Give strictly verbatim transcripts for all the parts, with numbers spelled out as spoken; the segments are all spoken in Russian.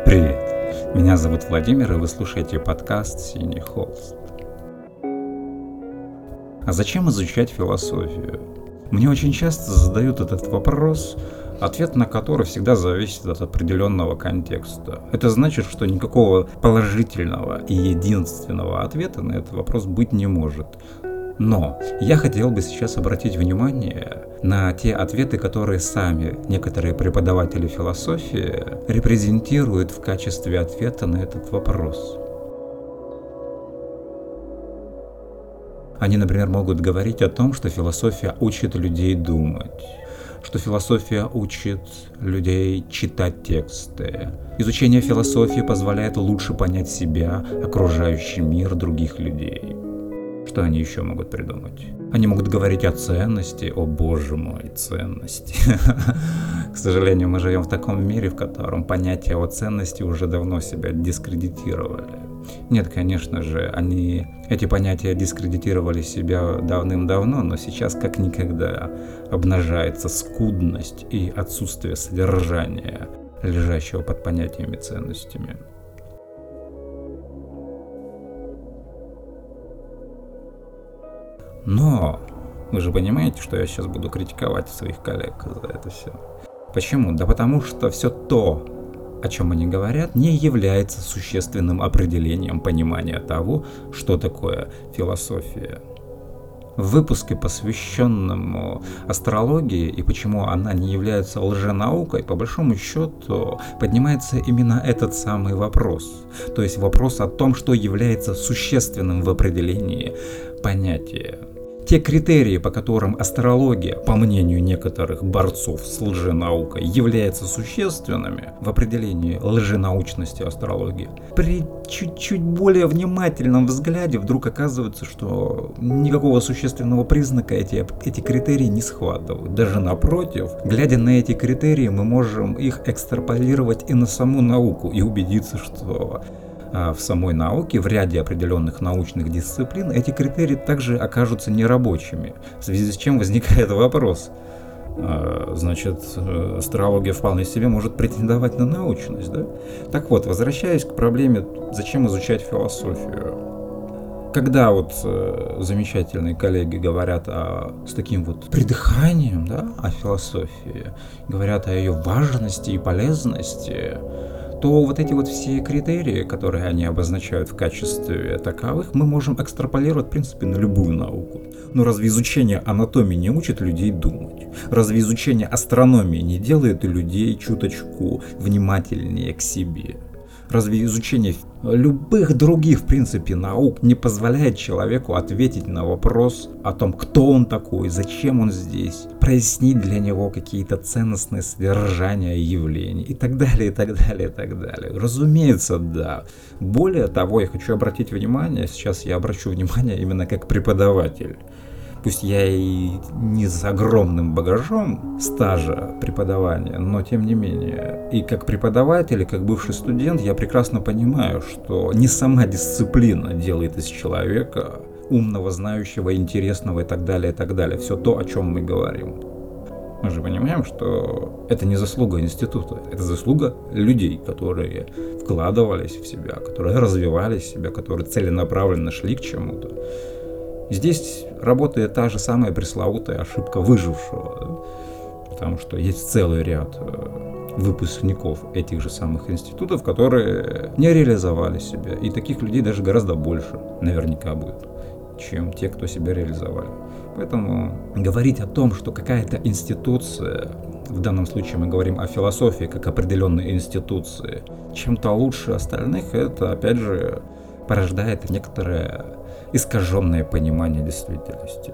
Привет, меня зовут Владимир, и вы слушаете подкаст «Синий холст». А зачем изучать философию? Мне очень часто задают этот вопрос, ответ на который всегда зависит от определенного контекста. Это значит, что никакого положительного и единственного ответа на этот вопрос быть не может. Но я хотел бы сейчас обратить внимание на те ответы, которые сами некоторые преподаватели философии репрезентируют в качестве ответа на этот вопрос. Они, например, могут говорить о том, что философия учит людей думать, что философия учит людей читать тексты. Изучение философии позволяет лучше понять себя, окружающий мир, других людей. Что они еще могут придумать? Они могут говорить о ценности, о боже мой, ценности. К сожалению, мы живем в таком мире, в котором понятие о ценности уже давно себя дискредитировали. Нет, конечно же, они, эти понятия дискредитировали себя давным-давно, но сейчас как никогда обнажается скудность и отсутствие содержания, лежащего под понятиями ценностями. Но вы же понимаете, что я сейчас буду критиковать своих коллег за это все. Почему? Да потому что все то, о чем они говорят, не является существенным определением понимания того, что такое философия. В выпуске, посвященному астрологии и почему она не является лженаукой, по большому счету поднимается именно этот самый вопрос. То есть вопрос о том, что является существенным в определении понятия. Те критерии, по которым астрология, по мнению некоторых борцов с лженаукой, являются существенными в определении лженаучности астрологии, при чуть-чуть более внимательном взгляде вдруг оказывается, что никакого существенного признака эти, эти критерии не схватывают. Даже напротив, глядя на эти критерии, мы можем их экстраполировать и на саму науку и убедиться, что в самой науке, в ряде определенных научных дисциплин, эти критерии также окажутся нерабочими, в связи с чем возникает вопрос. Значит, астрология вполне себе может претендовать на научность, да? Так вот, возвращаясь к проблеме, зачем изучать философию. Когда вот замечательные коллеги говорят о, с таким вот придыханием, да, о философии, говорят о ее важности и полезности, то вот эти вот все критерии, которые они обозначают в качестве таковых, мы можем экстраполировать, в принципе, на любую науку. Но разве изучение анатомии не учит людей думать? Разве изучение астрономии не делает людей чуточку внимательнее к себе? Разве изучение любых других, в принципе, наук не позволяет человеку ответить на вопрос о том, кто он такой, зачем он здесь, прояснить для него какие-то ценностные содержания явлений и так далее, и так далее, и так далее? Разумеется, да. Более того, я хочу обратить внимание, сейчас я обращу внимание именно как преподаватель. Пусть я и не с огромным багажом стажа преподавания, но тем не менее. И как преподаватель, и как бывший студент, я прекрасно понимаю, что не сама дисциплина делает из человека умного, знающего, интересного и так далее, и так далее. Все то, о чем мы говорим. Мы же понимаем, что это не заслуга института, это заслуга людей, которые вкладывались в себя, которые развивали себя, которые целенаправленно шли к чему-то. Здесь работает та же самая пресловутая ошибка выжившего, да? Потому что есть целый ряд выпускников этих же самых институтов, которые не реализовали себя, и таких людей даже гораздо больше наверняка будет, чем те, кто себя реализовали. Поэтому говорить о том, что какая-то институция, в данном случае мы говорим о философии как определенной институции, чем-то лучше остальных, это опять же порождает некоторое искаженное понимание действительности.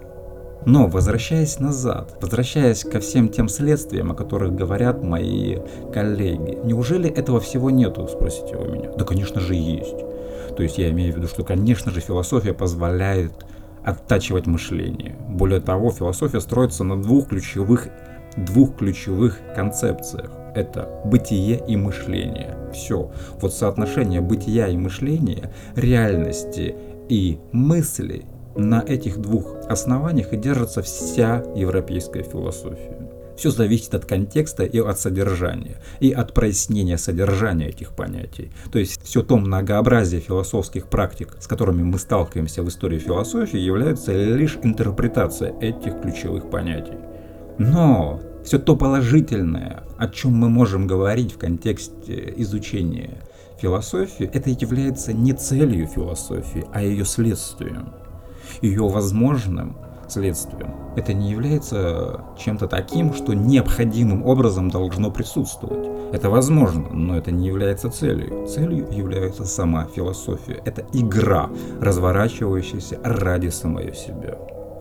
Но возвращаясь назад, возвращаясь ко всем тем следствиям, о которых говорят мои коллеги, неужели этого всего нету, спросите вы меня? Да, конечно же, есть. То есть я имею в виду, что, конечно же, философия позволяет оттачивать мышление. Более того, философия строится на двух ключевых, двух ключевых концепциях. Это бытие и мышление. Все. Вот соотношение бытия и мышления, реальности и мысли, на этих двух основаниях и держится вся европейская философия. Все зависит от контекста и от содержания, и от прояснения содержания этих понятий. То есть все то многообразие философских практик, с которыми мы сталкиваемся в истории философии, является лишь интерпретацией этих ключевых понятий. Но все то положительное, о чем мы можем говорить в контексте изучения философии, это является не целью философии, а ее следствием, ее возможным следствием. Это не является чем-то таким, что необходимым образом должно присутствовать. Это возможно, но это не является целью. Целью является сама философия. Это игра, разворачивающаяся ради самой себя.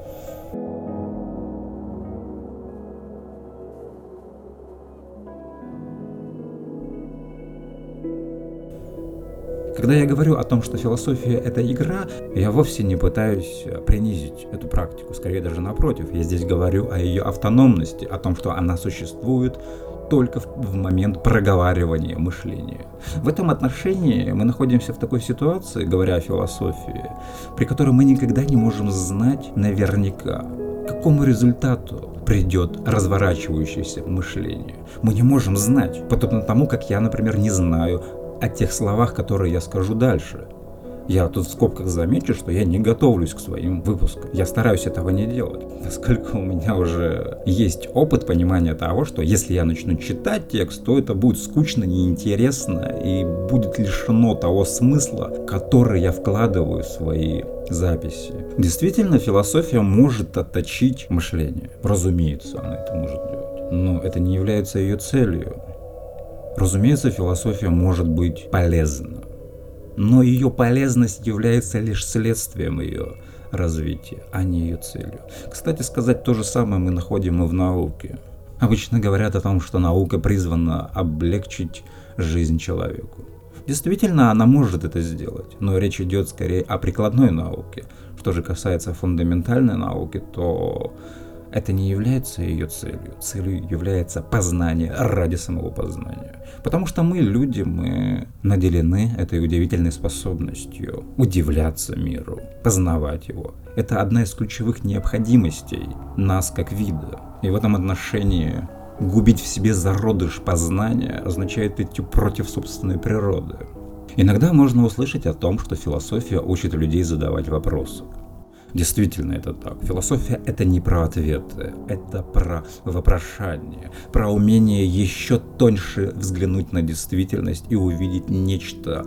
Когда я говорю о том, что философия — это игра, я вовсе не пытаюсь принизить эту практику, скорее даже напротив. Я здесь говорю о ее автономности, о том, что она существует только в момент проговаривания мышления. В этом отношении мы находимся в такой ситуации, говоря о философии, при которой мы никогда не можем знать наверняка, к какому результату придет разворачивающееся мышление. Мы не можем знать, подобно тому, как я, например, не знаю о тех словах, которые я скажу дальше. Я тут в скобках замечу, что я не готовлюсь к своим выпускам. Я стараюсь этого не делать, поскольку у меня уже есть опыт понимания того, что если я начну читать текст, то это будет скучно, неинтересно и будет лишено того смысла, который я вкладываю в свои записи. Действительно, философия может отточить мышление. Разумеется, она это может делать. Но это не является ее целью. Разумеется, философия может быть полезна, но ее полезность является лишь следствием ее развития, а не ее целью. Кстати сказать, то же самое мы находим и в науке. Обычно говорят о том, что наука призвана облегчить жизнь человеку. Действительно, она может это сделать, но речь идет скорее о прикладной науке. Что же касается фундаментальной науки, то это не является ее целью. Целью является познание ради самого познания. Потому что мы, люди, мы наделены этой удивительной способностью удивляться миру, познавать его. Это одна из ключевых необходимостей нас как вида. И в этом отношении губить в себе зародыш познания означает идти против собственной природы. Иногда можно услышать о том, что философия учит людей задавать вопросы. Действительно, это так. Философия — это не про ответы, это про вопрошание, про умение еще тоньше взглянуть на действительность и увидеть нечто,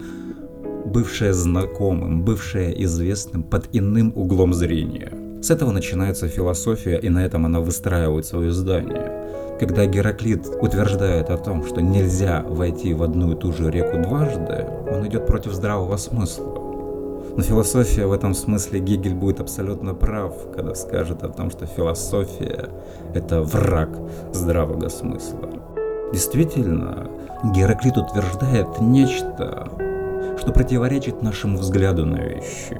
бывшее знакомым, бывшее известным под иным углом зрения. С этого начинается философия, и на этом она выстраивает свое здание. Когда Гераклит утверждает о том, что нельзя войти в одну и ту же реку дважды, он идет против здравого смысла. Но философия в этом смысле Гегель будет абсолютно прав, когда скажет о том, что философия — это враг здравого смысла. Действительно, Гераклит утверждает нечто, что противоречит нашему взгляду на вещи.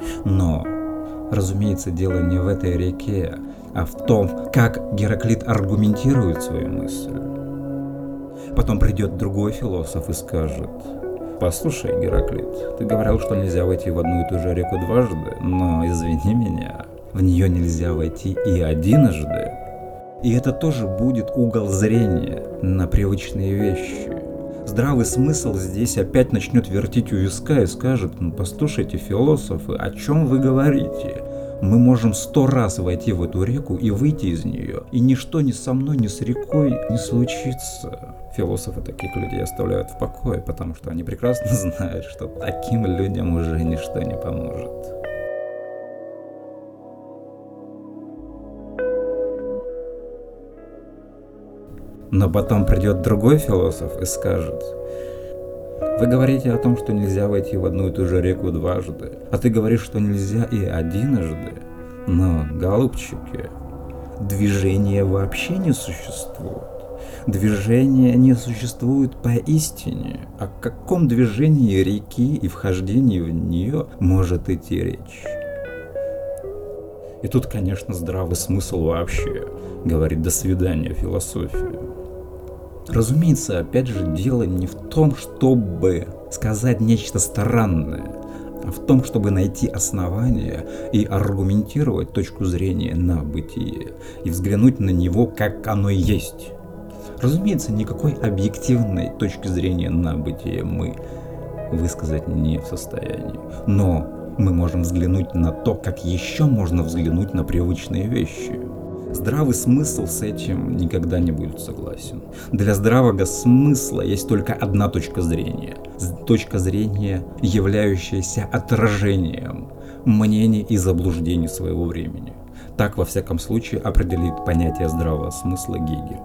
Но, разумеется, дело не в этой реке, а в том, как Гераклит аргументирует свою мысль. Потом придет другой философ и скажет: «Послушай, Гераклит, ты говорил, что нельзя войти в одну и ту же реку дважды, но, извини меня, в нее нельзя войти и одиножды». И это тоже будет угол зрения на привычные вещи. Здравый смысл здесь опять начнет вертеть у виска и скажет: ну послушайте, философы, о чем вы говорите? Мы можем сто раз войти в эту реку и выйти из нее, и ничто ни со мной, ни с рекой не случится. Философы таких людей оставляют в покое, потому что они прекрасно знают, что таким людям уже ничто не поможет. Но потом придет другой философ и скажет: вы говорите о том, что нельзя войти в одну и ту же реку дважды, а ты говоришь, что нельзя и одиножды. Но, голубчики, движения вообще не существует. Движение не существует поистине. О каком движении реки и вхождении в нее может идти речь? И тут, конечно, здравый смысл вообще говорит: до свидания, философия. Разумеется, опять же, дело не в том, чтобы сказать нечто странное, в том, чтобы найти основания и аргументировать точку зрения на бытие и взглянуть на него, как оно есть. Разумеется, никакой объективной точки зрения на бытие мы высказать не в состоянии, но мы можем взглянуть на то, как еще можно взглянуть на привычные вещи. Здравый смысл с этим никогда не будет согласен. Для здравого смысла есть только одна точка зрения. Точка зрения, являющаяся отражением мнений и заблуждений своего времени. Так, во всяком случае, определит понятие здравого смысла Гегель.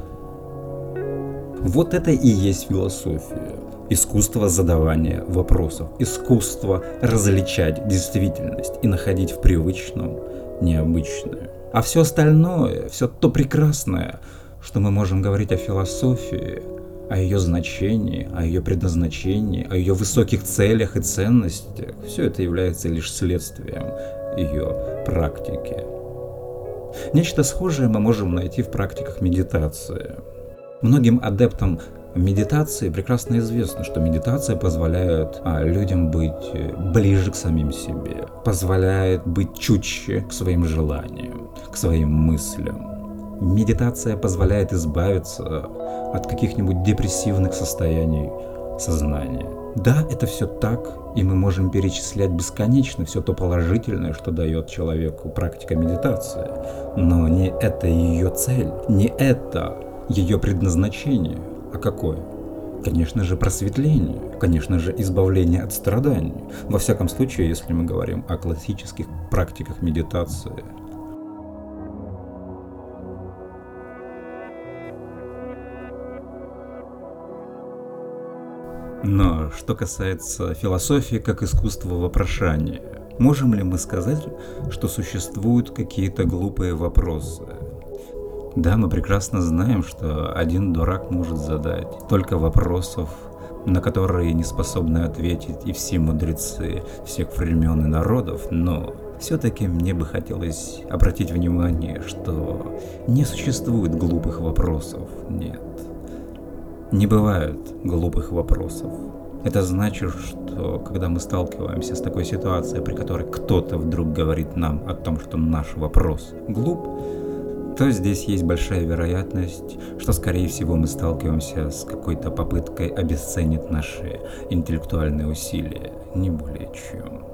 Вот это и есть философия. Искусство задавания вопросов, искусство различать действительность и находить в привычном необычное. А все остальное, все то прекрасное, что мы можем говорить о философии, о ее значении, о ее предназначении, о ее высоких целях и ценностях, все это является лишь следствием ее практики. Нечто схожее мы можем найти в практиках медитации. Многим адептам медитации прекрасно известно, что медитация позволяет а, людям быть ближе к самим себе, позволяет быть чутче к своим желаниям, к своим мыслям. Медитация позволяет избавиться от каких-нибудь депрессивных состояний сознания. Да, это все так, и мы можем перечислять бесконечно все то положительное, что дает человеку практика медитации. Но не это ее цель, не это ее предназначение. А какое? Конечно же, просветление, конечно же, избавление от страданий. Во всяком случае, если мы говорим о классических практиках медитации. Но что касается философии как искусства вопрошания, можем ли мы сказать, что существуют какие-то глупые вопросы? Да, мы прекрасно знаем, что один дурак может задать только вопросов, на которые не способны ответить и все мудрецы всех времен и народов, но все-таки мне бы хотелось обратить внимание, что не существует глупых вопросов, нет. Не бывает глупых вопросов. Это значит, что когда мы сталкиваемся с такой ситуацией, при которой кто-то вдруг говорит нам о том, что наш вопрос глуп, то здесь есть большая вероятность, что, скорее всего, мы сталкиваемся с какой-то попыткой обесценить наши интеллектуальные усилия, не более чем.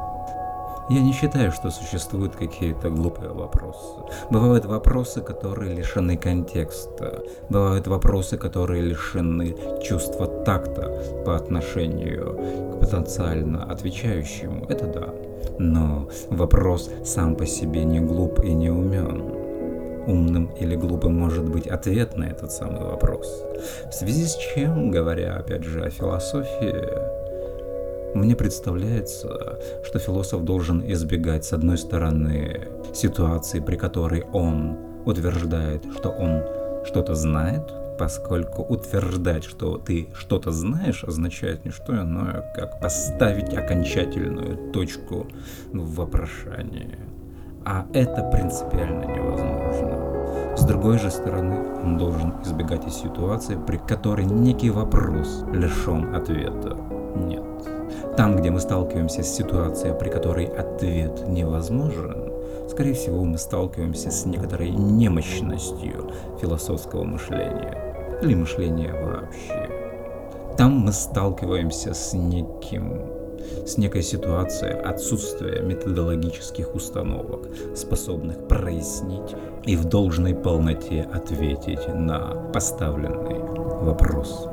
Я не считаю, что существуют какие-то глупые вопросы. Бывают вопросы, которые лишены контекста. Бывают вопросы, которые лишены чувства такта по отношению к потенциально отвечающему. Это да. Но вопрос сам по себе не глуп и не умен. Умным или глупым может быть ответ на этот самый вопрос. В связи с чем, говоря опять же о философии, мне представляется, что философ должен избегать, с одной стороны, ситуации, при которой он утверждает, что он что-то знает, поскольку утверждать, что ты что-то знаешь, означает не что иное, как поставить окончательную точку в вопрошании. А это принципиально невозможно. С другой же стороны, он должен избегать и ситуации, при которой некий вопрос лишен ответа. Нет. Там, где мы сталкиваемся с ситуацией, при которой ответ невозможен, скорее всего, мы сталкиваемся с некоторой немощностью философского мышления или мышления вообще. Там мы сталкиваемся с неким с некой ситуацией отсутствия методологических установок, способных прояснить и в должной полноте ответить на поставленный вопрос.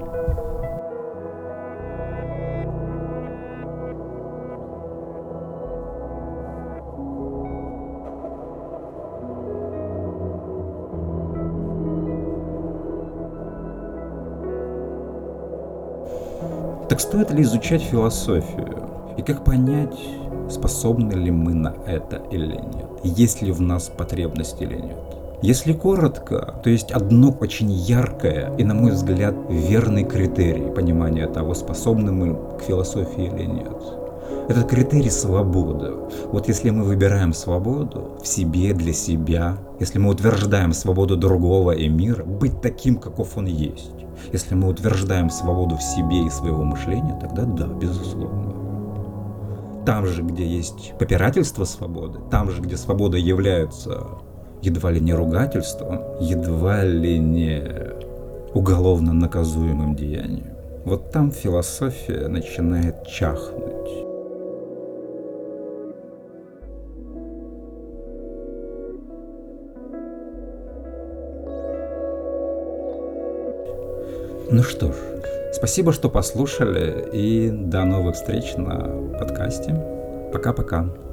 Так стоит ли изучать философию? И как понять, способны ли мы на это или нет? Есть ли в нас потребность или нет? Если коротко, то есть одно очень яркое и, на мой взгляд, верный критерий понимания того, способны мы к философии или нет. Этот критерий — свобода. Вот если мы выбираем свободу в себе, для себя, если мы утверждаем свободу другого и мира, быть таким, каков он есть. Если мы утверждаем свободу в себе и своего мышления, тогда да, безусловно. там же, где есть попирательство свободы, там же, где свобода является едва ли не ругательством, едва ли не уголовно наказуемым деянием, вот там философия начинает чахнуть. Ну что ж, спасибо, что послушали, и до новых встреч на подкасте. Пока-пока.